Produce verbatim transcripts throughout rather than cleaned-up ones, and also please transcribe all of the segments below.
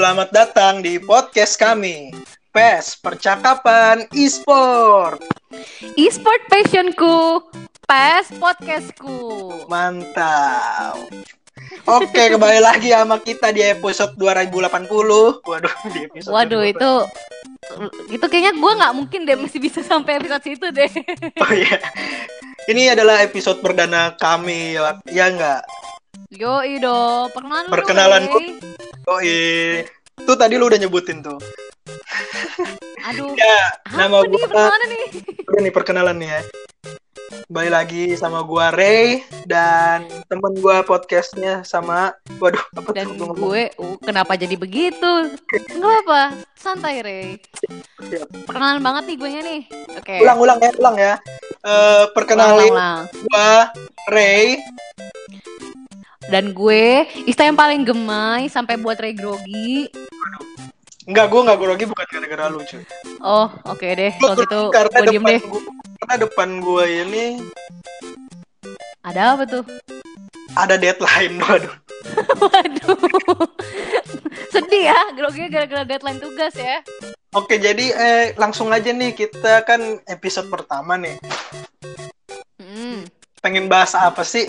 Selamat datang di podcast kami, P E S Percakapan E-sport. E-sport passionku, P E S podcastku. Mantap. Oke, kembali lagi sama kita di episode dua ribu delapan puluh. Waduh, di episode Waduh, dua ribu delapan puluh. itu itu kayaknya gue nggak mungkin deh masih bisa sampai episode situ deh. Oh iya. Ini adalah episode perdana kami, ya, ya enggak? Yoi dong, perkenalan Perkenalan dulu, ku- Oh iya. Tuh tadi lu udah nyebutin tuh. Aduh, Ya, apa nama nih gua perkenalan nih? udah nih perkenalan nih ya. Kembali lagi sama gua Ray dan temen gua podcastnya sama waduh apa Dan tuh gua ngomong? gue, uh, kenapa jadi begitu? Nggak apa, santai Ray. Siap. Perkenalan banget nih gue nih. Oke. Ulang-ulang ya, ulang ya. Eh perkenalin Ulang-ulang. gua Ray. Dan gue, Ista yang paling gemai sampai buat Ray grogi. Enggak, gua enggak grogi bukan gara-gara lu, cuy. Oh, oke deh. Gua Kalau gitu, grogi karena gue diem depan deh. gua, karena depan gua ini Ada apa tuh? ada deadline, waduh. Waduh, sedih ya, groginya gara-gara deadline tugas ya. Oke, jadi eh langsung aja nih, kita kan episode pertama nih. Hmm. Pengen bahas apa sih?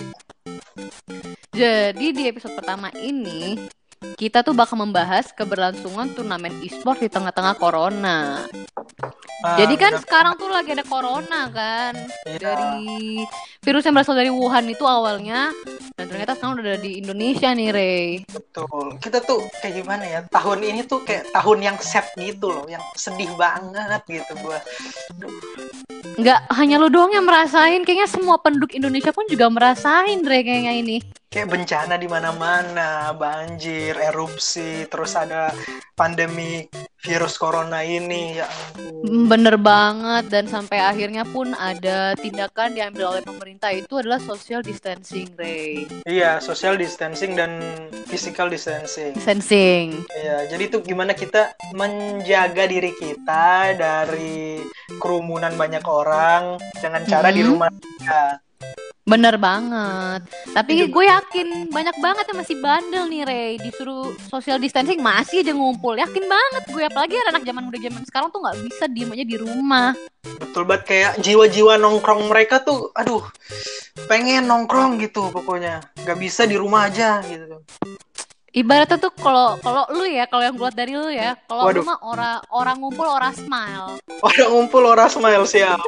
Jadi di episode pertama ini kita tuh bakal membahas keberlangsungan turnamen e-sport di tengah-tengah corona. Ah, Jadi kan benar. sekarang tuh lagi ada corona kan, Iya. dari virus yang berasal dari Wuhan itu awalnya, dan ternyata sekarang udah ada di Indonesia nih, Ray. Betul. Kita tuh kayak gimana ya? Tahun ini tuh kayak tahun yang sad gitu loh, yang sedih banget gitu gua. Nggak hanya lu doang yang merasain, kayaknya semua penduduk Indonesia pun juga merasain, Ray, kayaknya ini. Kayak bencana di mana-mana, banjir, erupsi, terus ada pandemi virus corona ini, ya ampun. Bener banget, dan sampai akhirnya pun ada tindakan diambil oleh pemerintah itu adalah social distancing, Ray. Iya, social distancing dan physical distancing. Distancing. Iya, jadi tuh gimana kita menjaga diri kita dari kerumunan banyak orang dengan cara di Mhm. rumah aja. Bener banget. Tapi Itu gue yakin banyak banget yang masih bandel nih, Ray. Disuruh social distancing masih aja ngumpul. Yakin banget gue, apalagi anak zaman muda zaman sekarang tuh nggak bisa diem aja di rumah. Betul banget, kayak jiwa-jiwa nongkrong mereka tuh, aduh, pengen nongkrong gitu pokoknya. Gak bisa di rumah aja gitu. Ibaratnya tuh kalau kalau lu ya, kalau yang gue lihat dari lu ya, kalau Waduh. lu mah ora orang ngumpul ora smile. Orang ngumpul, orang smile, siap.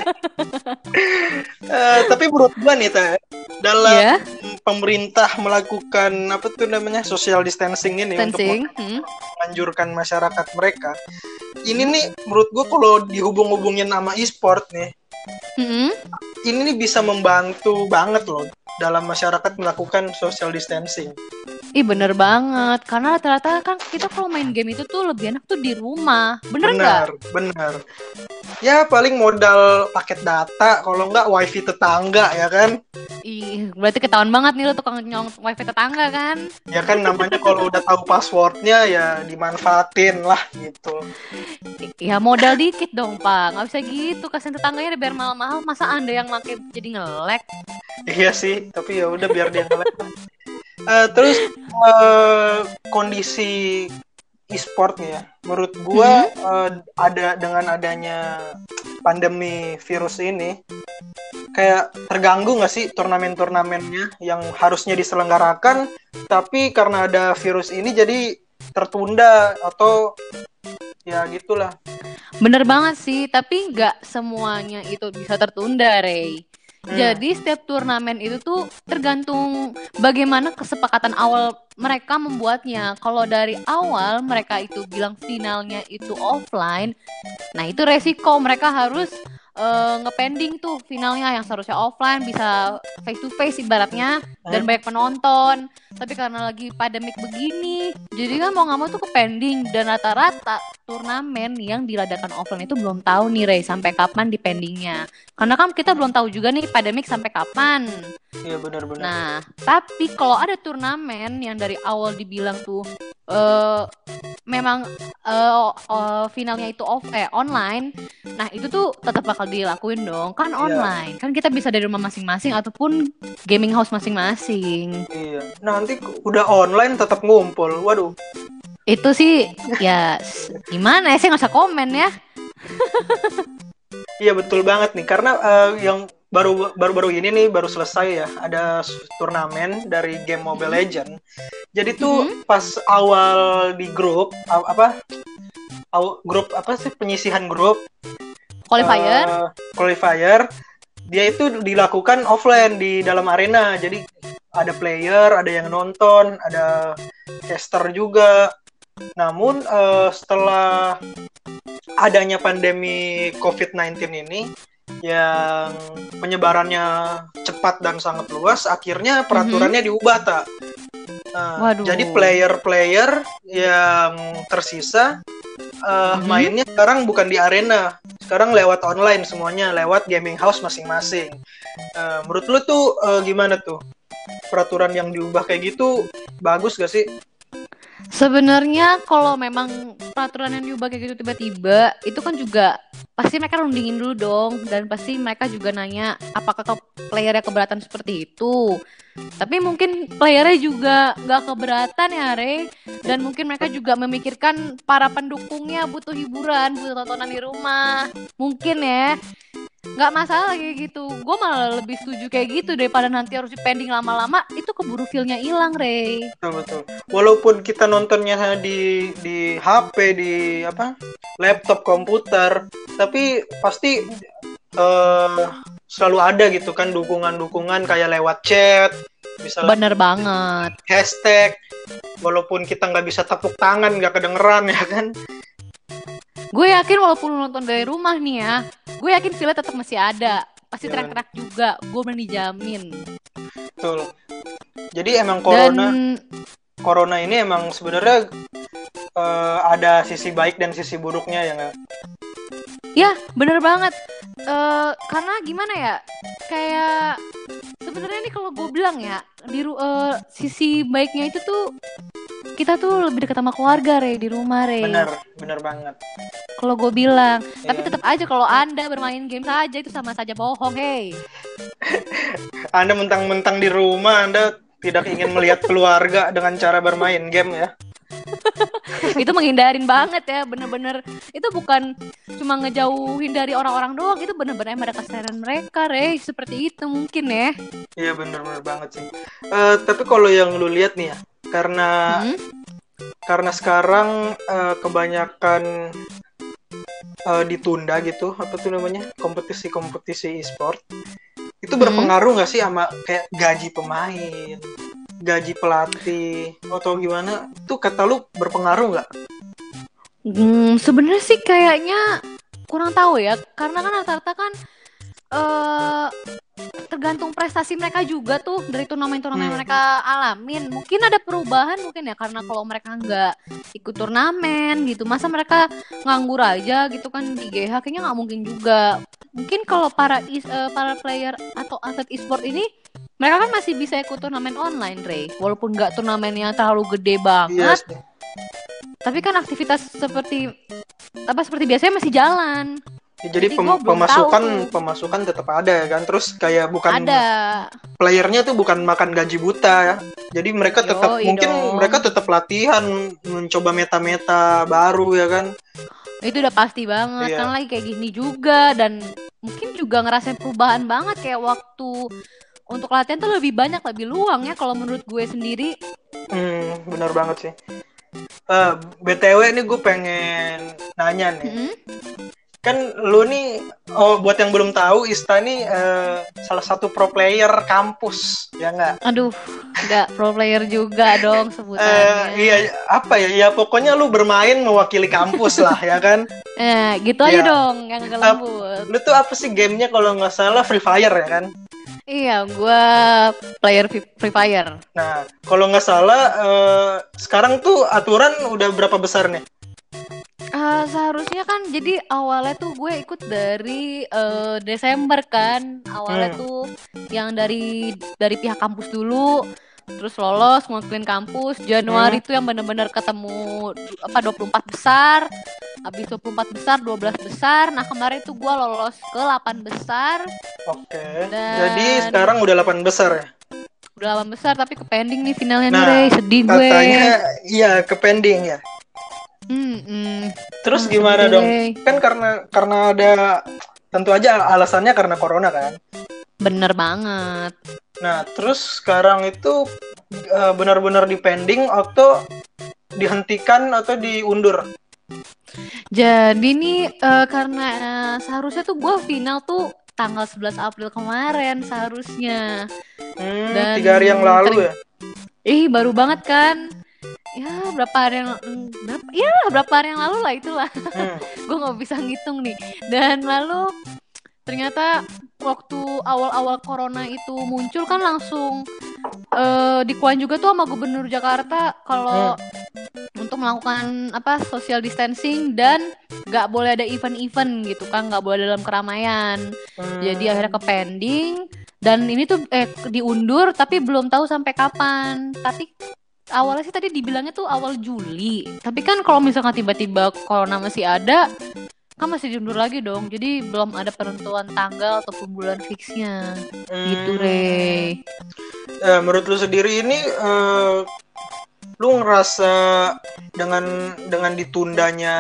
Eh, tapi menurut gua nih, Teh, dalam Ya, pemerintah melakukan apa tuh namanya social distancing ini distancing. untuk Hmm. menganjurkan masyarakat mereka. Ini nih menurut gua kalau dihubung-hubungin sama e-sport nih, Hmm. ini nih bisa membantu banget loh dalam masyarakat melakukan social distancing. Ih bener banget, karena rata-rata kan kita kalau main game itu tuh lebih enak tuh di rumah, bener nggak? Benar, benar. Ya paling modal paket data, kalau nggak wifi tetangga ya kan. Ih, berarti ketahuan banget nih lo tukang nyolong wifi tetangga kan? Ya kan namanya kalau udah tahu passwordnya ya dimanfaatin lah gitu. Ya modal dikit dong pak, nggak bisa gitu, kasihin tetangganya biar mahal-mahal, masa anda yang make jadi nge-lag? Iya sih, tapi ya udah biar dia ngelek. Eh, terus eh, kondisi e-sport nih ya, menurut gua eh, ada dengan adanya pandemi virus ini, kayak terganggu nggak sih turnamen-turnamennya yang harusnya diselenggarakan, tapi karena ada virus ini jadi tertunda atau ya gitulah. Bener banget sih, tapi nggak semuanya itu bisa tertunda, Ray. Hmm. Jadi setiap turnamen itu tuh tergantung bagaimana kesepakatan awal mereka membuatnya. Kalau dari awal mereka itu bilang finalnya itu offline, nah itu resiko mereka harus uh, ngepending tuh finalnya yang seharusnya offline bisa face to face ibaratnya dan Hmm. banyak penonton. Tapi karena lagi pandemik begini, jadi kan mau nggak mau tuh kepending, dan rata-rata turnamen yang diadakan offline itu belum tahu nih Ray sampai kapan dipendingnya. Karena kan kita belum tahu juga nih pandemik sampai kapan. Iya benar-benar. Nah, tapi kalau ada turnamen yang dari awal dibilang tuh eh memang eh eh, finalnya itu off eh online, nah itu tuh tetap bakal dilakuin dong. Kan Iya. online. Kan kita bisa dari rumah masing-masing ataupun gaming house masing-masing. Iya. Nanti udah online tetap ngumpul. Waduh. Itu sih ya gimana ya, saya nggak usah komen ya. Iya betul banget nih, karena uh, yang baru baru-baru ini nih baru selesai ya, ada turnamen dari game Mobile Mm-hmm. Legend. Jadi tuh Mm-hmm. pas awal di grup apa grup apa sih penyisihan grup Qualifier. uh, qualifier, dia itu dilakukan offline di dalam arena. Jadi ada player, ada yang nonton, ada caster juga. Namun uh, setelah adanya pandemi covid sembilan belas ini yang penyebarannya cepat dan sangat luas, akhirnya peraturannya mm-hmm. diubah tak. Nah, jadi player-player yang tersisa uh, mm-hmm. mainnya sekarang bukan di arena, sekarang lewat online semuanya, lewat gaming house masing-masing. Uh, menurut lu tuh uh, gimana tuh peraturan yang diubah kayak gitu, bagus gak sih? Sebenarnya kalau memang peraturan yang diubah kayak gitu tiba-tiba, itu kan juga pasti mereka rundingin dulu dong, dan pasti mereka juga nanya apakah ke playernya keberatan seperti itu. Tapi mungkin playernya juga nggak keberatan ya, Re. Dan mungkin mereka juga memikirkan para pendukungnya butuh hiburan, butuh tontonan di rumah. Mungkin ya. Nggak masalah kayak gitu. Gue malah lebih setuju kayak gitu daripada nanti harus dipending lama-lama, itu keburu feel-nya hilang, Re. Betul, betul. Walaupun kita nontonnya di di H P, di apa? Laptop, komputer, tapi pasti uh, selalu ada gitu kan dukungan-dukungan kayak lewat chat, bisa bener banget, hashtag, walaupun kita nggak bisa tepuk tangan, nggak kedengeran ya kan. Gue yakin walaupun nonton dari rumah nih ya, gue yakin feel-nya tetap masih ada, pasti ya, teriak-teriak juga, gue berani jamin. Betul. Jadi emang corona dan... corona ini emang sebenarnya uh, ada sisi baik dan sisi buruknya ya nggak? Ya, bener banget. Uh, karena gimana ya? Kayak sebenarnya nih kalau gue bilang ya, di uh, sisi baiknya itu tuh kita tuh lebih dekat sama keluarga, Re, di rumah, Re. Bener, bener banget. Kalau gue bilang, iya. Tapi tetap aja kalau Anda bermain game saja itu sama saja bohong, hey. Anda mentang-mentang di rumah, Anda tidak ingin melihat keluarga dengan cara bermain game ya. Itu menghindarin banget ya, bener-bener itu bukan cuma ngejauhin dari orang-orang doang, itu bener-bener emang ada kesadaran mereka, Re, seperti itu mungkin ya. Iya bener-bener banget sih. Uh, tapi kalau yang lu lihat nih ya, karena hmm? karena sekarang uh, kebanyakan uh, ditunda gitu, apa tuh namanya, kompetisi-kompetisi e-sport, itu berpengaruh nggak hmm? sih sama kayak gaji pemain, gaji pelatih atau gimana? Tuh kata lu berpengaruh nggak? Hmm, sebenarnya sih kayaknya kurang tahu ya, karena kan rata-rata kan uh, tergantung prestasi mereka juga tuh dari turnamen-turnamen hmm. mereka alamin. Mungkin ada perubahan mungkin ya, karena kalau mereka nggak ikut turnamen gitu, masa mereka nganggur aja gitu kan di G H, kayaknya nggak mungkin juga. Mungkin kalau para is, uh, para player atau atlet e-sport ini, mereka kan masih bisa ikut turnamen online, Ray. Walaupun nggak turnamen yang terlalu gede banget, yes. Tapi kan aktivitas seperti apa seperti biasanya masih jalan. Ya, jadi, jadi pem- pemasukan pemasukan tetap ada ya kan. Terus kayak bukan ada. Playernya tuh bukan makan gaji buta ya. Jadi mereka tetap Yoi mungkin dong. mereka tetap latihan, mencoba meta-meta baru ya kan. Itu udah pasti banget, iya. Kan lagi kayak gini juga, dan mungkin juga ngerasain perubahan banget kayak waktu untuk latihan tuh lebih banyak, lebih luang ya kalau menurut gue sendiri. Hmm, benar banget sih. Uh, B T W ini gue pengen nanya nih. Hmm? Kan lu nih, oh buat yang belum tahu, Ista nih uh, salah satu pro player kampus, ya nggak? Aduh, nggak pro player juga dong sebutannya. Uh, iya, apa ya? Ya pokoknya lu bermain mewakili kampus lah, ya kan? Eh, gitu aja ya. Dong, yang agak lembut. Uh, lu tuh apa sih gamenya kalau nggak salah Free Fire ya kan? Iya, gue player Free Fire. Nah, kalau nggak salah, uh, sekarang tuh aturan udah berapa besar nih? Uh, seharusnya kan jadi awalnya tuh gue ikut dari uh, Desember kan, awalnya hmm. tuh yang dari dari pihak kampus dulu, terus lolos ngelakuin kampus. Januari hmm. tuh yang bener-bener ketemu apa dua puluh empat besar, habis dua puluh empat besar dua belas besar. Nah kemarin tuh gue lolos ke delapan besar. Oke. Okay. Dan... jadi sekarang udah delapan besar ya? Udah delapan besar tapi ke pending nih finalnya nah, nih, Ray. Sedih gue. Katanya iya ke pending ya. Mm-mm. Terus Ah, gimana sedih dong? deh. Kan karena karena ada tentu aja alasannya karena corona kan. Bener banget. Nah, terus sekarang itu eh, benar-benar dipending atau dihentikan atau diundur? Jadi nih eh, karena eh, seharusnya tuh gue final tuh tanggal sebelas April kemarin seharusnya. Hmm, Dan tiga hari yang lalu ter- ya? ih baru banget kan. Ya berapa hari yang mm, berapa ya berapa hari yang lalu lah itulah. Hmm. Gue nggak bisa ngitung nih. Dan lalu ternyata waktu awal-awal corona itu muncul kan langsung eh dikuan juga tuh sama Gubernur Jakarta kalau Hmm. untuk melakukan apa social distancing dan nggak boleh ada event-event gitu kan, nggak boleh dalam keramaian. Jadi akhirnya Hmm. ke pending dan ini tuh eh diundur tapi belum tahu sampai kapan. Tapi awalnya sih tadi dibilangnya tuh awal Juli. Tapi kan kalau misalkan tiba-tiba corona masih ada, kan masih diundur lagi dong. Jadi belum ada penentuan tanggal ataupun bulan fixnya. Gitu, Hmm. Re. Eh, menurut lu sendiri ini eh, lu ngerasa dengan dengan ditundanya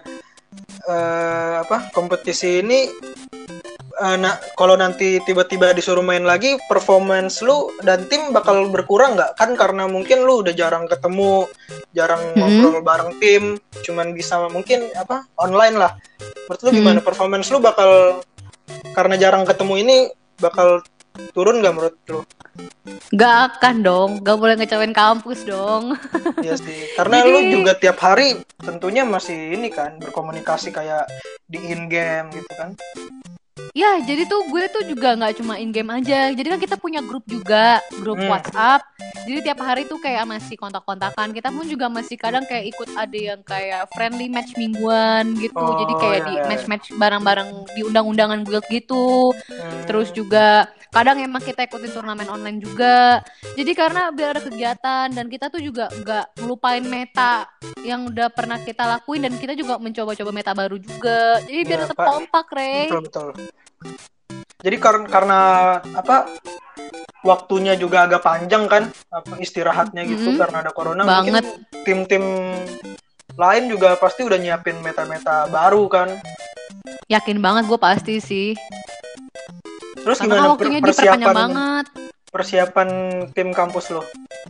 eh, apa kompetisi ini eh, nah, kalau nanti tiba-tiba disuruh main lagi performance lu dan tim bakal berkurang nggak? Kan karena mungkin lu udah jarang ketemu, jarang Mm-mm. ngobrol bareng tim, cuman bisa mungkin apa online lah. Menurut lu gimana? Mm-mm. Performance lu bakal karena jarang ketemu ini bakal turun nggak menurut lu? Gak akan dong, gak boleh ngecewain kampus dong. Iya sih, karena lu Jadi juga tiap hari tentunya masih ini kan berkomunikasi kayak di in game gitu kan. ya, jadi tuh gue tuh juga nggak cuma in game aja. Jadi kan kita punya grup juga, grup Hmm. WhatsApp. Jadi tiap hari tuh kayak masih kontak-kontakan. Kita pun juga masih kadang kayak ikut ada yang kayak friendly match mingguan gitu. Jadi Oh kayak ya, di ya, ya. match-match bareng-bareng di undang-undangan guild gitu. Hmm. Terus juga kadang emang kita ikutin turnamen online juga. Jadi karena biar ada kegiatan dan kita tuh juga nggak ngelupain meta yang udah pernah kita lakuin dan kita juga mencoba-coba meta baru juga. Jadi biar Ya, tetap Pak. kompak, Rey. Betul betul. Jadi kar- karena apa waktunya juga agak panjang kan apa istirahatnya gitu Mm-mm. karena ada corona Banget. mungkin tim-tim lain juga pasti udah nyiapin meta-meta baru kan. Yakin banget gue pasti sih. Terus Karena kan gimana per- waktunya diperpanjang persiapan banget. persiapan tim kampus lo?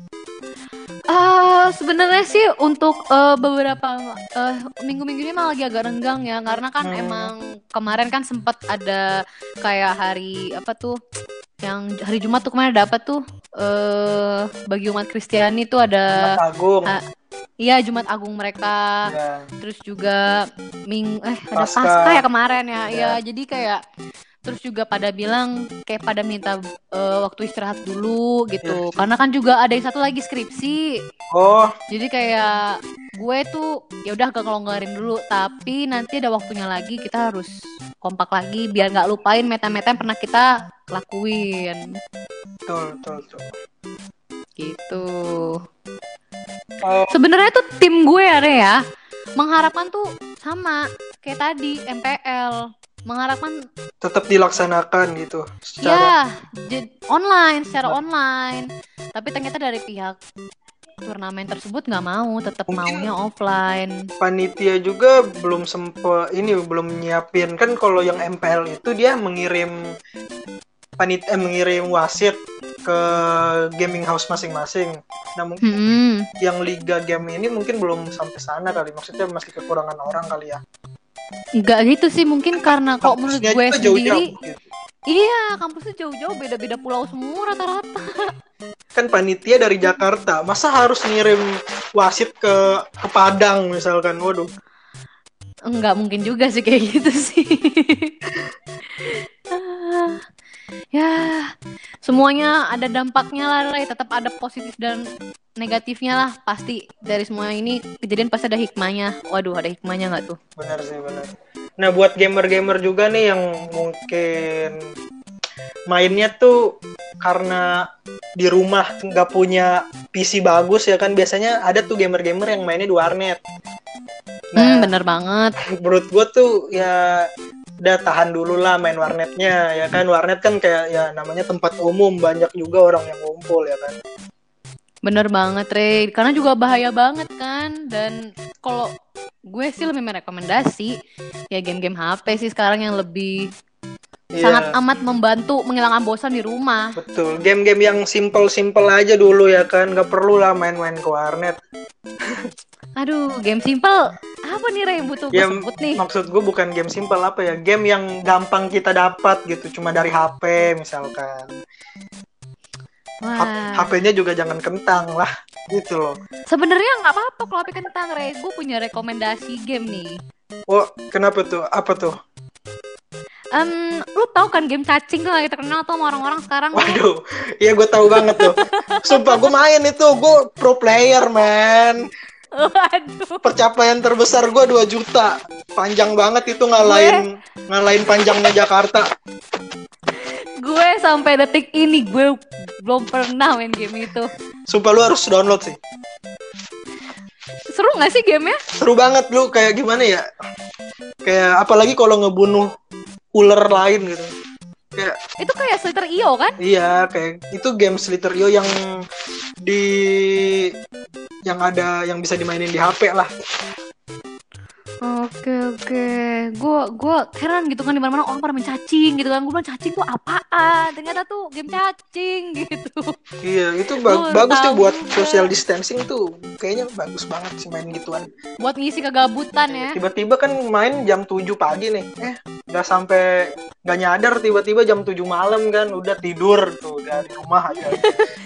Ah, sebenarnya sih untuk eh, beberapa eh, minggu-minggu ini malah lagi agak renggang ya, karena kan Hmm. emang kemarin kan sempat ada kayak hari apa tuh, yang hari Jumat tuh kemarin ada apa tuh, eh bagi umat Kristiani tuh ada, Jumat Agung. ah, iya Jumat Agung mereka. Ya. Terus juga ming eh ada Pasca. Pasca ya kemarin ya. Ya. Ya, jadi kayak terus juga pada bilang kayak pada minta eh, waktu istirahat dulu gitu. Iya. Karena kan juga ada yang satu lagi skripsi. Oh, Jadi kayak gue tuh ya udah gak ngelonggarin dulu, tapi nanti ada waktunya lagi kita harus kompak lagi biar nggak lupain meta-meta yang pernah kita lakuin. betul betul betul. Gitu. Oh, Sebenarnya tuh tim gue ya, Re, ya mengharapkan tuh sama kayak tadi M P L, mengharapkan tetap dilaksanakan gitu secara ya jad- online secara online, tapi ternyata dari pihak turnamen tersebut nggak mau, tetap Mungkin maunya offline. panitia juga belum sempet ini belum nyiapin kan kalau yang M P L itu dia mengirim panit eh, mengirim wasit ke gaming house masing-masing. Nah mungkin Hmm. yang liga game ini mungkin belum sampai sana kali, maksudnya masih kekurangan orang kali ya. Nggak gitu sih, mungkin karena kok menurut Kampusnya gue juga sendiri jauh-jauh gitu. iya kampusnya jauh-jauh, beda-beda pulau semua rata-rata. Kan panitia dari Jakarta, masa harus ngirim wasit ke ke Padang misalkan, waduh. Nggak mungkin juga sih kayak gitu sih. Ah, ya semuanya ada dampaknya lah, Ray. Tetap ada positif dan negatifnya lah pasti. Dari semua ini kejadian pasti ada hikmahnya. Waduh, ada hikmahnya nggak tuh? Benar sih, benar. Nah, buat gamer-gamer juga nih yang mungkin mainnya tuh karena di rumah nggak punya P C bagus ya kan, biasanya ada tuh gamer-gamer yang mainnya di warnet. Hmm, Nah, bener banget. menurut gue tuh ya udah tahan dulu lah main warnetnya ya kan. Warnet kan kayak ya namanya tempat umum, banyak juga orang yang ngumpul ya kan. Bener banget, Rey. Karena juga bahaya banget kan. Dan kalau gue sih lebih merekomendasi ya game-game H P sih sekarang yang lebih Iya, sangat amat membantu menghilangkan bosan di rumah. betul. Game-game yang simple-simple aja dulu ya kan, nggak perlu lah main-main ke warnet. Aduh, game simple apa nih Rey yang butuh gue Ya sebut nih? maksud gue bukan game simple apa ya, game yang gampang kita dapat gitu, cuma dari H P misalkan. Wah, H P-nya juga jangan kentang lah, gitu loh. sebenarnya nggak apa-apa kalau H P kentang, Rey. Gue punya rekomendasi game nih. Oh, kenapa tuh? Apa tuh? Um, lu tahu kan game cacing tuh lagi terkenal tuh sama orang-orang sekarang tuh. Waduh, iya gue tahu banget tuh. Sumpah gue main itu, gue pro player man. Waduh. Pencapaian terbesar gue dua juta. Panjang banget itu ngalahin ngalahin panjangnya Jakarta. Gue sampai detik ini gue belum pernah main game itu. Sumpah lu harus download sih. Seru gak sih gamenya? Seru banget lu, kayak gimana ya? Kayak apalagi kalau ngebunuh ular lain gitu. Kayak Itu kayak Slither dot i o kan? iya, kayak itu game Slither dot i o yang di yang ada yang bisa dimainin di H P lah. Oke oke, gue gue heran gitu kan di mana-mana orang pada main cacing gitu kan, gue bilang cacing tuh apaan? Ternyata tuh game cacing gitu. Iya, itu ba- Gua bagus tuh tahu buat juga. social distancing tuh. Kayaknya bagus banget sih main gituan. Buat ngisi kegabutan ya. Tiba-tiba kan main jam tujuh pagi nih. Eh, udah sampai nggak nyadar tiba-tiba jam tujuh malam kan udah tidur tuh dari rumah aja.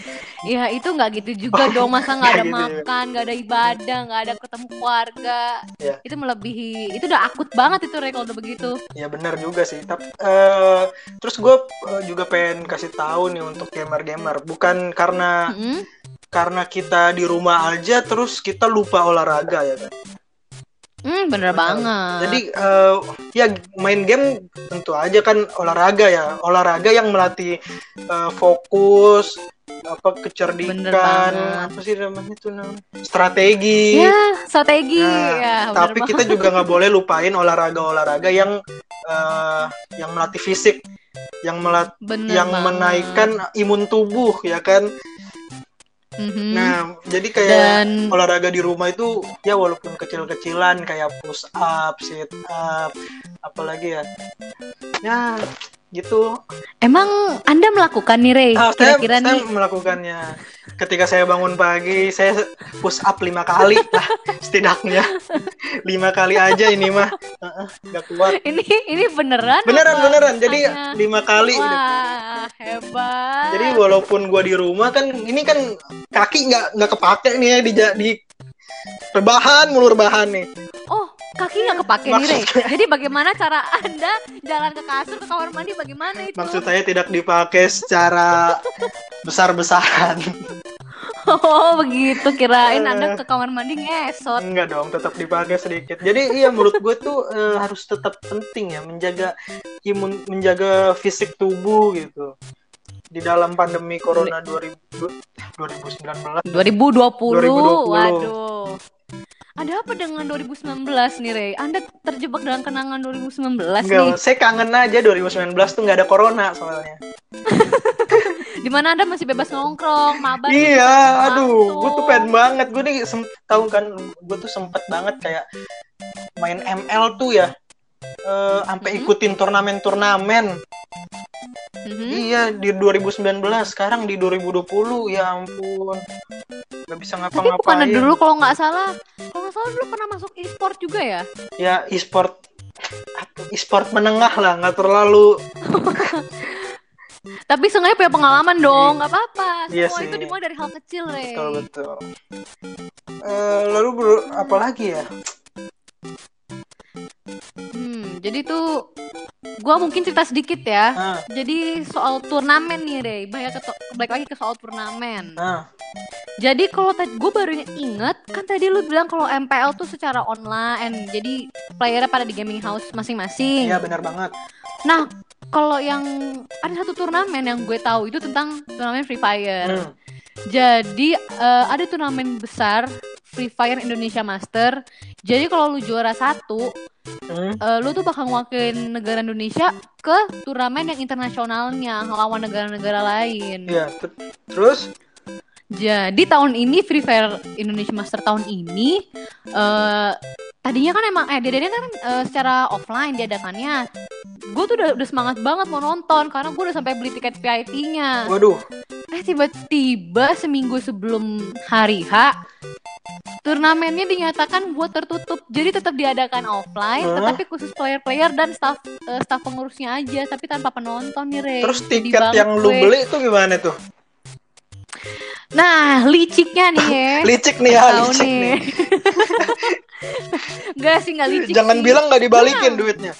Ya itu nggak gitu juga dong, masa nggak ada Nggak gitu ya. makan, nggak ada ibadah, nggak ada ketemu keluarga. Ya. Itu melebihi, itu udah akut banget itu Rey kalau udah begitu. Ya benar juga sih. Tapi eh, terus gue eh, juga pengen kasih tahu nih untuk gamer-gamer, bukan karena Mm-mm. karena kita di rumah aja terus kita lupa olahraga ya kan. Hmm, bener banget. Jadi eh, ya main game tentu aja kan olahraga ya, olahraga yang melatih eh, fokus, apa Bener kecerdikan, banget. apa sih namanya tuh namanya? Strategi. Ya, strategi Nah, ya. Bener tapi banget. kita juga nggak boleh lupain olahraga-olahraga yang eh, yang melatih fisik, yang melat Bener yang banget. menaikkan imun tubuh ya kan. Mhm. Nah, jadi kayak Dan olahraga di rumah itu ya walaupun kecil-kecilan kayak push up, sit up, apalagi ya. Ya, gitu. emang Anda melakukan nih Rey? Ah, saya, Kira-kira saya nih. melakukannya. Ketika saya bangun pagi, saya push up lima kali lah setidaknya. Lima kali aja ini mah. Uh-uh, nggak kuat. Ini ini beneran? Beneran, apa beneran. Jadi hanya- lima kali. Wah, hebat. Jadi walaupun gua di rumah kan, ini kan kaki nggak nggak kepake nih ya di ja- di rebahan mulu rebahan nih. Oh, kaki nggak kepake nih Rey. Maksudnya- Jadi bagaimana cara Anda jalan ke kasur ke kamar mandi bagaimana itu? Maksud saya tidak dipakai secara besar-besaran. Oh, begitu. Kirain Anda ke kamar mandi ngesot. Enggak dong, tetap dipakai sedikit. Jadi iya menurut gue tuh eh, harus tetap penting ya menjaga imun, menjaga fisik tubuh gitu. Di dalam pandemi corona dua ribu, dua ribu sembilan belas. dua ribu dua puluh. dua ribu dua puluh. Waduh. Ada apa dengan dua ribu sembilan belas nih Rey? Anda terjebak dalam kenangan dua ribu sembilan belas nih. Enggak, saya kangen aja dua ribu sembilan belas tuh nggak ada corona soalnya. Dimana Anda masih bebas nongkrong, mabar. Iya, aduh, langsung. gue tuh pengen banget. Gue nih sem- tahu kan, gue tuh sempet banget kayak main M L tuh ya, eh, sampai Mhm. ikutin turnamen-turnamen. Mhm. Iya, di dua ribu sembilan belas, sekarang di dua ribu dua puluh, ya ampun. Gak bisa Tapi ngapa-ngapain. bukannya dulu kalau nggak salah, kalau nggak salah dulu pernah masuk e-sport juga ya? Ya, e-sport e-sport menengah lah, nggak terlalu. Tapi seenggaknya punya pengalaman dong, nggak apa-apa. Iya Semua sih. itu dimulai dari hal kecil, Rey. Betul, betul. Eh, lalu bro, apa lagi ya? Hmm, jadi tuh gua mungkin cerita sedikit ya. Ah, Jadi soal turnamen nih, Rey. Balik, ke balik lagi ke soal turnamen. ah, Jadi kalau tadi gue baru inget kan tadi lu bilang kalau M P L tuh secara online. Jadi playernya pada di gaming house masing-masing. iya benar banget. Nah, kalau yang ada satu turnamen yang gue tahu itu tentang turnamen Free Fire. Hmm. Jadi eh, ada turnamen besar Free Fire Indonesia Master. Jadi kalau lu juara satu, Hmm. eh, lu tuh bakal ngewakilin negara Indonesia ke turnamen yang internasionalnya lawan negara-negara lain. Iya, ter- terus? Jadi tahun ini Free Fire Indonesia Master tahun ini uh, tadinya kan emang eh dia kan uh, secara offline diadakannya. Gue tuh udah, udah semangat banget mau nonton karena gue udah sampai beli tiket V I P-nya. Waduh. Eh tiba-tiba seminggu sebelum hari H turnamennya dinyatakan buat tertutup. Jadi tetap diadakan offline, huh? Tetapi khusus player-player dan staff uh, staff pengurusnya aja, tapi tanpa penonton nih, Re. Terus tiket yang lu gue. beli itu gimana tuh? Nah, liciknya nih ya. Licik nih ya, licik nih. nih. Enggak sih, enggak licik. Jangan sih. bilang enggak dibalikin nah. duitnya.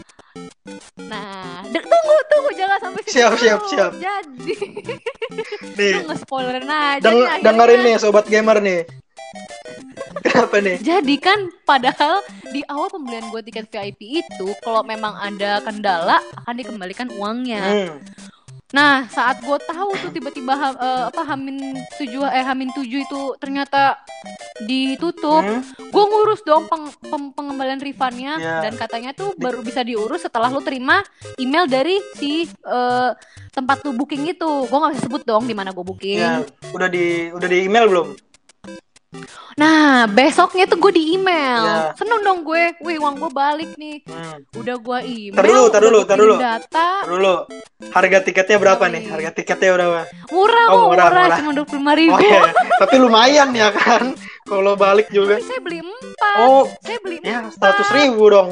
Nah, de- tunggu, tunggu, jangan sampai situ. Siap, siap, siap. Jadi, nih, lu nge-spoilerin aja Deng- nih, dengerin nih, sobat gamer nih. Kenapa nih? Jadi kan padahal di awal pembelian gue tiket V I P itu kalau memang ada kendala akan dikembalikan uangnya. Hmm. Nah, saat gue tahu tuh tiba-tiba ha, uh, apa Hamin tujuh eh Hamin tujuh itu ternyata ditutup, hmm? gue ngurus dong peng, peng, pengembalian refundnya yeah. Dan katanya tuh baru bisa diurus setelah lu terima email dari si uh, tempat lu booking itu. Gue nggak bisa sebut dong di mana gue booking. Yeah. Udah di udah di email belum? Nah, besoknya tuh gue di email. Ya. Seneng dong gue. Wih, uang gue balik nih. Hmm. Udah gue email. Tar dulu, tar dulu, tar dulu. Data. Tar dulu. Harga tiketnya berapa oh, nih? Harga tiketnya berapa? Murah kok, oh, murah, murah. murah. Cuma dua puluh lima ribu. Okay. Tapi lumayan ya kan? Kalau balik juga. Tapi saya beli empat. Oh, saya beli ya, seratus ribu dong.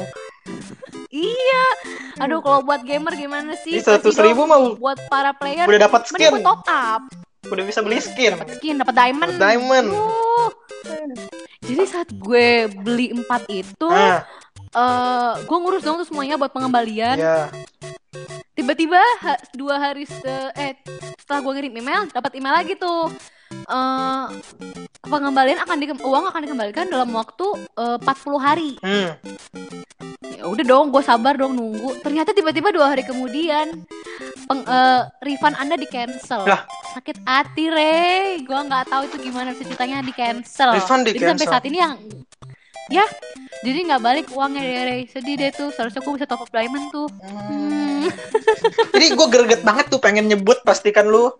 Iya. Aduh, kalau buat gamer gimana sih? seratus ribu mau buat para player. Udah dapat skin. Mending top up. Udah bisa beli skin. Dapat skin, dapat diamond. Dapet diamond. Uh. Jadi saat gue beli empat itu, ah. uh, gue ngurus dong tuh semuanya buat pengembalian. Yeah. Tiba-tiba ha- dua hari se- eh setelah gue ngirim email, dapat email lagi tuh. Uh, pengembalian akan di- uang akan dikembalikan dalam waktu uh, empat puluh hari. Hmm. Ya udah dong, gue sabar dong nunggu. Ternyata tiba-tiba dua hari kemudian peng, uh, refund Anda di cancel. Lah. Sakit hati, Rey. Gue nggak tahu itu gimana ceritanya di cancel. Refund di jadi cancel. Sampai saat ini yang ya, jadi nggak balik uangnya deh, Rey. Sedih deh tuh. Seharusnya gue bisa top up diamond tuh. Hmm. Jadi gue greget banget tuh pengen nyebut, pastikan lu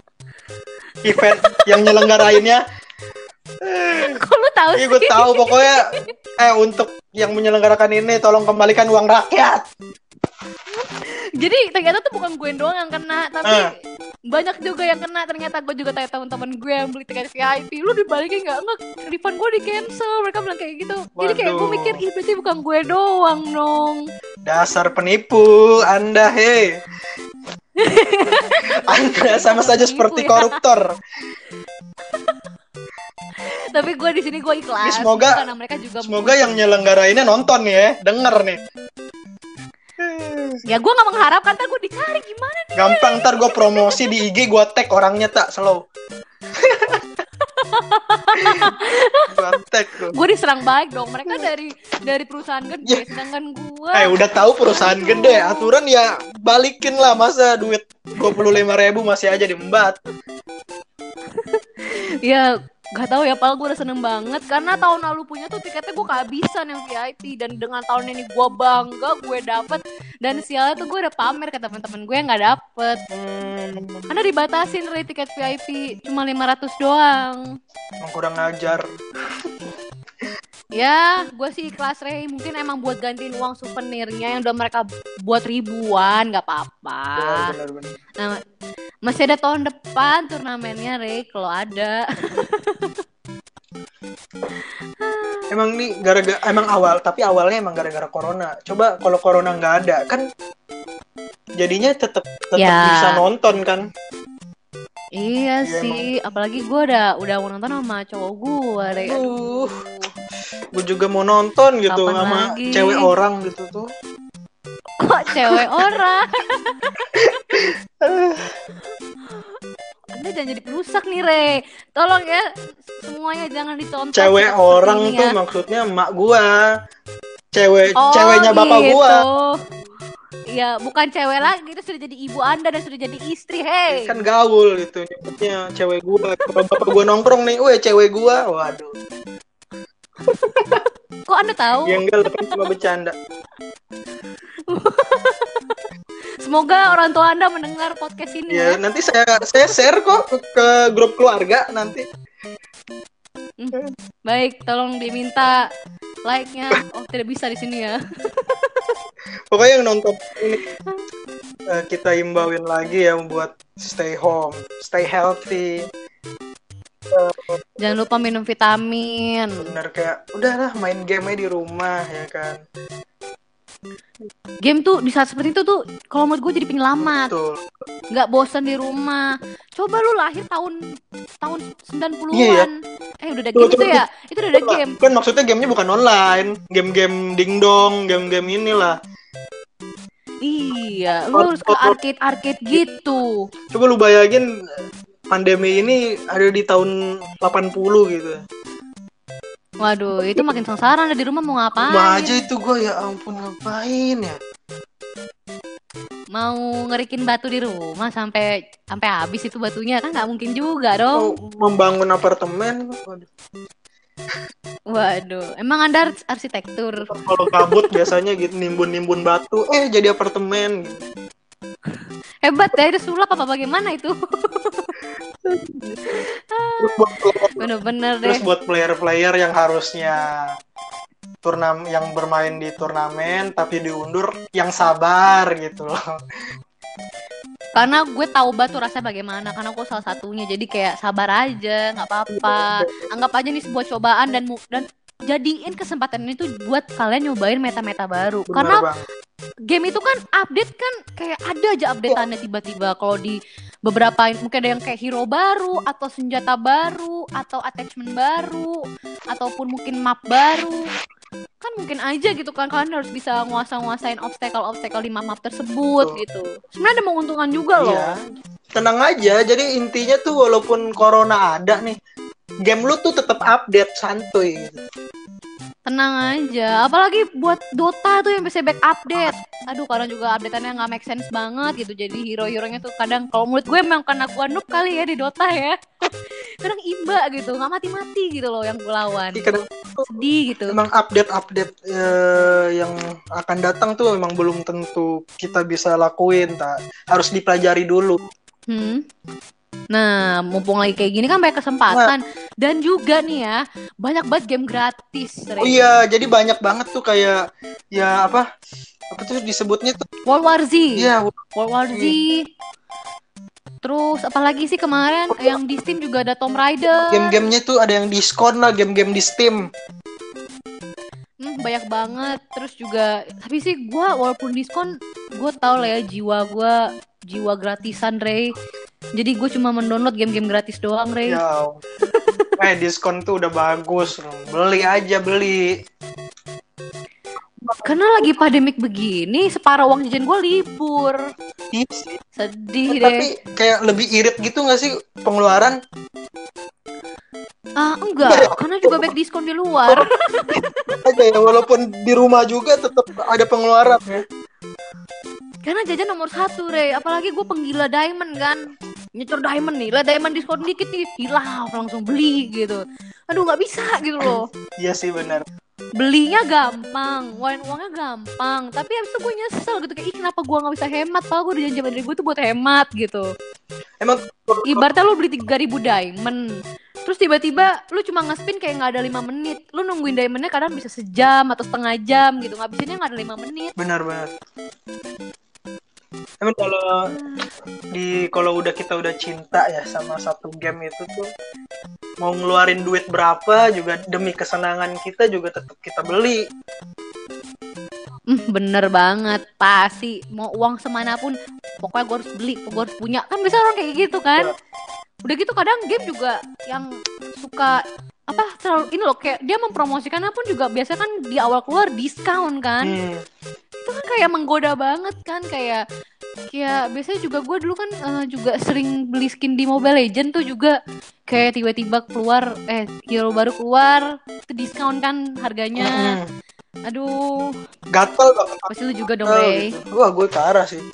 event yang nyelenggarainnya. Kok lu tahu sih? Iya, gue tahu pokoknya. Eh untuk yang menyelenggarakan ini tolong kembalikan uang rakyat. Jadi ternyata tuh bukan gue doang yang kena, tapi uh. banyak juga yang kena. Ternyata gue juga tanya teman-teman gue yang beli tiket V I P, lu dibalikin nggak? Enggak, refund gue di cancel. Mereka bilang kayak gitu. Waduh. Jadi kayak gue mikir, ih berarti bukan gue doang dong. Dasar penipu Anda, hei. Anda sama saja seperti ya. Koruptor. Tapi gue di sini gue ikhlas. Ini semoga karena mereka juga semoga yang nyelenggarainnya nonton nih ya, denger nih. Ya gue gak mengharapkan, ntar gue dicari gimana nih. Gampang, ntar gue promosi di I G, gue tag orangnya tak slow. Gue tag tuh. Gue diserang baik dong, mereka dari dari perusahaan gede, yeah. Sedangkan gue eh udah tahu perusahaan gede, aturan ya balikin lah. Masa duit dua puluh lima ribu masih aja diembat. Ya gak tahu ya, Pal, gue udah seneng banget karena tahun lalu punya tuh tiketnya gue kehabisan yang V I P, dan dengan tahun ini gue bangga gue dapet, dan sialnya tuh gue udah pamer ke teman-teman gue yang nggak dapet. Hmm. Karena dibatasin rate tiket V I P cuma lima ratus doang. Emang kurang ngajar. Ya, gue sih ikhlas, Rey. Mungkin emang buat gantiin uang souvenirnya yang udah mereka buat ribuan, nggak apa-apa. Benar, benar. Nah, masih ada tahun depan turnamennya, Rey, kalau ada. Emang nih gara-gara emang awal, tapi awalnya emang gara-gara corona. Coba kalau corona nggak ada, kan jadinya tetap tetap ya. Bisa nonton kan. Iya ya, sih, emang. Apalagi gue udah udah mau nonton sama cowok gue, Rey. Uh, gue juga mau nonton gitu. Kapan sama lagi? Cewek orang gitu tuh. Kok cewek orang? Anda jangan jadi perusak nih, Re. Tolong ya, semuanya jangan dicontoh. Cewek orang tuh ya. Maksudnya emak gua. Cewek oh, ceweknya gitu. Bapak gua. Ya, bukan cewek lagi, itu sudah jadi ibu Anda dan sudah jadi istri, hei. Kan gaul gitu nyebutnya cewek gua. Kalau bapak gua nongkrong nih, weh cewek gua. Waduh. Kok Anda tahu? Ya enggak, kan cuma bercanda. Semoga orang tua Anda mendengar podcast ini Ya, ya. nanti saya saya share kok ke, ke grup keluarga nanti. Hmm, Baik, tolong diminta like-nya. Oh, tidak bisa di sini ya. Pokoknya yang nonton ini eh, kita imbauin lagi ya buat stay home, stay healthy. Jangan lupa minum vitamin. Bener, kayak udahlah main game aja di rumah ya kan. Game tuh di saat seperti itu tuh kalau menurut gue jadi penyelamat. Betul. Nggak bosan di rumah. Coba lu lahir tahun tahun sembilan puluhan. Iya, ya. Eh udah ada game Coba, tuh ya. Itu udah ada game. Kan maksudnya gamenya bukan online, game-game dingdong, game-game inilah. Iya, lu harus ke arcade-arcade gitu. Coba lu bayangin pandemi ini ada di tahun delapan puluh gitu. Waduh, itu makin sengsara ada di rumah mau ngapain? Rumah aja itu gue, ya ampun, ngapain ya? Mau ngerikin batu di rumah sampai sampai habis itu batunya kan nggak mungkin juga dong. Oh, membangun apartemen. Waduh. Waduh, emang Anda arsitektur? Kalau kabut biasanya gitu nimbun-nimbun batu, eh jadi apartemen gitu. Hebat ya, itu sulap apa bagaimana itu? Terus buat Bener-bener Terus deh. buat player-player yang harusnya turnam yang bermain di turnamen tapi diundur, yang sabar gitu loh. Karena gue tahu batu rasanya bagaimana, karena gue salah satunya. Jadi kayak sabar aja, nggak apa-apa. Anggap aja nih sebuah cobaan dan dan jadiin kesempatan ini tuh buat kalian nyobain meta-meta baru. Bener Karena banget. game itu kan update kan kayak ada aja updateannya tiba-tiba. Kalau di beberapa mungkin ada yang kayak hero baru atau senjata baru atau attachment baru ataupun mungkin map baru. Kan mungkin aja gitu kan kalian harus bisa nguasa-nguasain obstacle-obstacle di map-map tersebut. Betul. Gitu. Sebenarnya ada menguntungkan juga loh. Iya. Tenang aja, jadi intinya tuh walaupun corona ada nih, game lu tuh tetap update santuy gitu. Tenang aja, apalagi buat Dota tuh yang bisa back update. Aduh, kadang juga updateannya nggak make sense banget gitu. Jadi hero-heronya tuh kadang kalau menurut gue memang karena gue noob kali ya di Dota ya. Kadang imba gitu, nggak mati-mati gitu loh yang gue lawan. Kadang sedih gitu. Emang update-update eh, yang akan datang tuh memang belum tentu kita bisa lakuin, tak harus dipelajari dulu. Hmm. Nah, mumpung lagi kayak gini kan banyak kesempatan. Nah. Dan juga nih ya, banyak banget game gratis. Oh iya, jadi banyak banget tuh kayak ya apa? Apa tuh disebutnya tuh? World War Z. Iya, World War Z. Terus apalagi sih kemarin yang di Steam juga ada Tomb Raider. Game-gamenya tuh ada yang diskon lah, game-game di Steam. Hmm, banyak banget. Terus juga, tapi sih gue walaupun diskon, gue tau lah ya jiwa gue jiwa gratisan, Ray. Jadi gue cuma mendownload game-game gratis doang, Ray. Ya, eh diskon tuh udah bagus, beli aja beli. Karena lagi pandemik begini, separuh uang jajan gue libur. Isi. Sedih eh, deh. Tapi kayak lebih irit gitu nggak sih pengeluaran? Ah enggak, karena juga back diskon di luar. Aja ya, walaupun di rumah juga tetap ada pengeluaran ya. Karena jajan nomor satu, Re. Apalagi gue penggila diamond kan. Nyecor diamond nih, lah diamond diskon dikit nih, hilang langsung beli gitu. Aduh nggak bisa gitu loh. Iya sih benar. Belinya gampang, ngeluarin uangnya gampang. Tapi abis itu gue nyesel gitu, kayak ih kenapa gue nggak bisa hemat? Padahal gue udah janji sama diri gue tuh buat hemat gitu. Emang ibaratnya lu beli tiga ribu diamond, terus tiba-tiba lu cuma nge-spin kayak nggak ada lima menit. Lu nungguin diamondnya kadang bisa sejam atau setengah jam gitu, ngabisinnya nggak ada lima menit. Benar-benar. Emang kalau di kalau udah kita udah cinta ya sama satu game itu tuh, mau ngeluarin duit berapa juga demi kesenangan kita juga tetap kita beli. Hmm, bener banget, pasti mau uang semanapun pokoknya gue harus beli, gue harus punya. Kan bisa orang kayak gitu kan. Udah gitu kadang game juga yang suka apa terlalu ini loh, kayak dia mempromosikannya pun juga biasanya kan di awal keluar diskon kan. Hmm. Itu kan kayak menggoda banget kan, kayak kayak biasanya juga gue dulu kan uh, juga sering beli skin di Mobile Legends tuh juga kayak tiba-tiba keluar eh hero baru keluar itu diskon kan harganya. Hmm. Aduh, gatel banget. Pasti lu juga dong, Ray. Gitu. Wah, gue ke arah sih.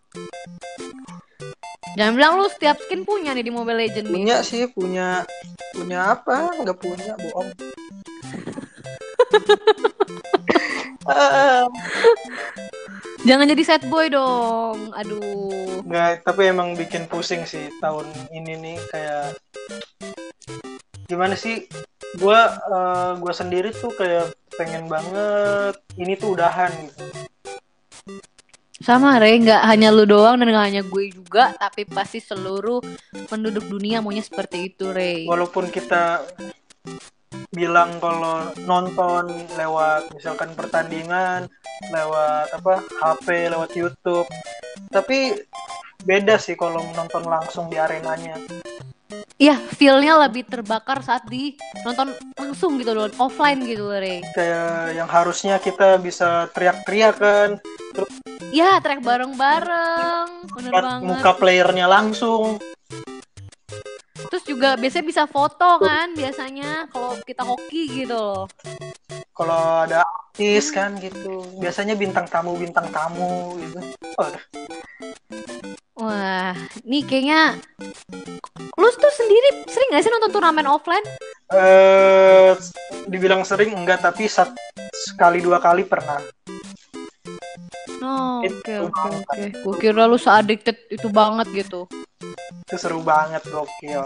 Jangan bilang lu setiap skin punya nih di Mobile Legends nih. Punya sih, punya. Punya apa? Nggak punya, bohong. Ah, Jangan jadi sad boy dong. Aduh. nggak, tapi emang bikin pusing sih tahun ini nih, kayak gimana sih? Gua eh, gua sendiri tuh kayak pengen banget ini tuh udahan gitu. Sama Re, nggak hanya lu doang dan nggak hanya gue juga, tapi pasti seluruh penduduk dunia maunya seperti itu, Re. Walaupun kita bilang kalau nonton lewat misalkan pertandingan, lewat apa H P, lewat YouTube, tapi beda sih kalau nonton langsung di arenanya. Iya, feel-nya lebih terbakar saat di nonton langsung gitu loh, offline gitu, Re. Kayak yang harusnya kita bisa teriak-teriak kan, terus Ya, track bareng-bareng, bener lihat banget. muka playernya langsung. Terus juga biasanya bisa foto kan, biasanya kalau kita hoki gitu loh. Kalau ada artis kan gitu, biasanya bintang tamu bintang tamu gitu. Aduh. Wah, nih kayaknya lu tuh sendiri sering gak sih nonton turnamen offline? Eh, dibilang sering enggak, tapi sat, sekali dua kali pernah. Oh, Itu oke oke oke. Gue kira lu se-addicted itu banget gitu. Itu seru banget, gokil.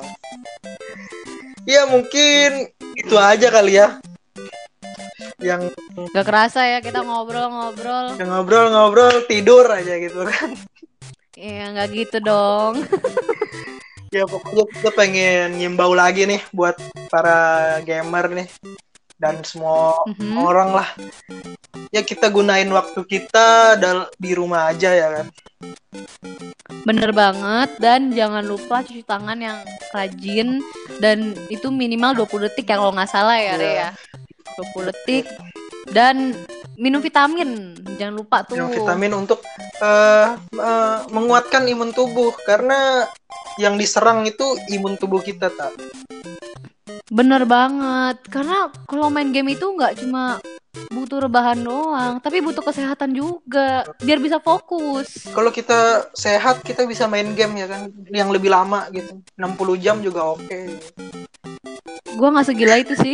Ya mungkin itu aja kali ya. Yang Gak kerasa ya kita ngobrol-ngobrol. yang ngobrol-ngobrol tidur aja gitu kan. Iya, nggak gitu dong. Ya pokoknya kita pengen nyimbau lagi nih buat para gamer nih dan semua Mhm. orang lah. Ya kita gunain waktu kita dal- di rumah aja ya kan. Bener banget. Dan jangan lupa cuci tangan yang rajin. Dan itu minimal dua puluh detik ya kalau nggak salah ya, Re ya. dua puluh detik. Dan minum vitamin. Jangan lupa tuh. Minum vitamin untuk eh, eh, menguatkan imun tubuh, karena yang diserang itu imun tubuh kita, tak. Bener banget. Karena kalau main game itu nggak cuma butuh rebahan doang, tapi butuh kesehatan juga biar bisa fokus. Kalau kita sehat, kita bisa main game ya kan, yang lebih lama gitu, enam puluh jam juga oke. Gua nggak segila itu sih.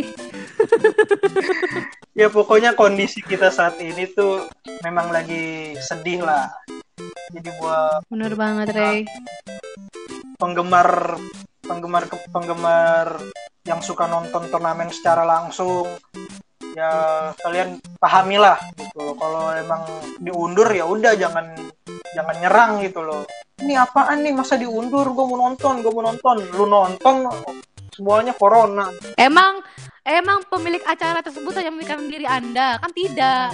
Ya pokoknya kondisi kita saat ini tuh memang lagi sedih lah. Jadi buat Bener banget, Rey. penggemar penggemar penggemar yang suka nonton turnamen secara langsung, ya kalian pahamilah gitu loh. Kalau emang diundur ya udah, jangan jangan nyerang gitu loh. Ini apaan nih, masa diundur? Gue mau nonton, gue mau nonton. Lu nonton semuanya corona. Emang emang pemilik acara tersebut hanya memikirkan diri Anda, kan tidak?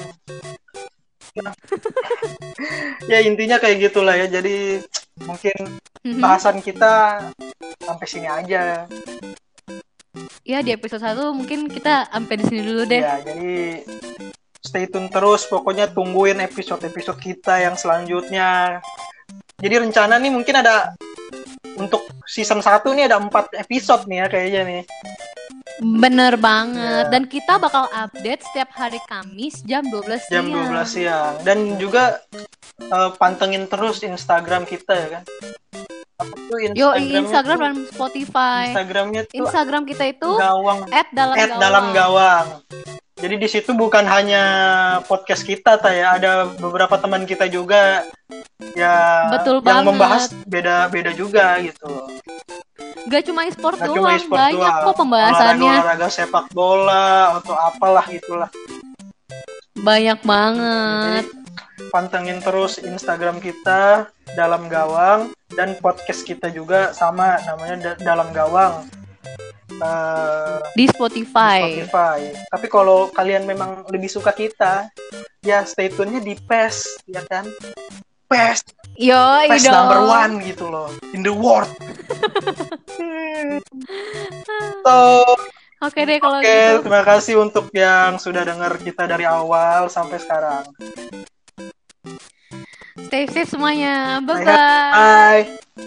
Ya intinya kayak gitulah ya. Jadi mungkin bahasan kita sampai sini aja. Ya, di episode satu mungkin kita sampai di sini dulu deh. Ya, jadi stay tune terus. Pokoknya tungguin episode-episode kita yang selanjutnya. Jadi rencana nih mungkin ada untuk season satu nih ada empat episode nih ya kayaknya nih. Bener banget. Ya. Dan kita bakal update setiap hari Kamis jam dua belas siang. Jam dua belas siang. Dan juga uh, pantengin terus Instagram kita ya kan. Apa tuh Yo, Instagramnya Instagram tuh, dan Spotify. Instagramnya tuh Instagram kita itu gawang at dalam at gawang. dalam gawang. Jadi di situ bukan hanya podcast kita, ta ya, ada beberapa teman kita juga ya. Betul yang banget. membahas beda-beda juga gitu. Gak cuma e-sport Gak doang, cuma e-sport banyak doang. kok pembahasannya. Olahraga, olahraga sepak bola atau apalah gitulah. Banyak banget. Jadi, pantengin terus Instagram kita Dalam Gawang, dan podcast kita juga sama namanya da- Dalam Gawang. Uh, Di Spotify. Di Spotify. Tapi kalau kalian memang lebih suka kita, ya stay tune-nya di P E S, ya kan? P E S, Yo, P E S dong. number one gitu loh, in the world. So, Oke deh kalau oke, gitu. terima kasih untuk yang sudah dengar kita dari awal sampai sekarang. Stay safe semuanya. Bye-bye. Bye.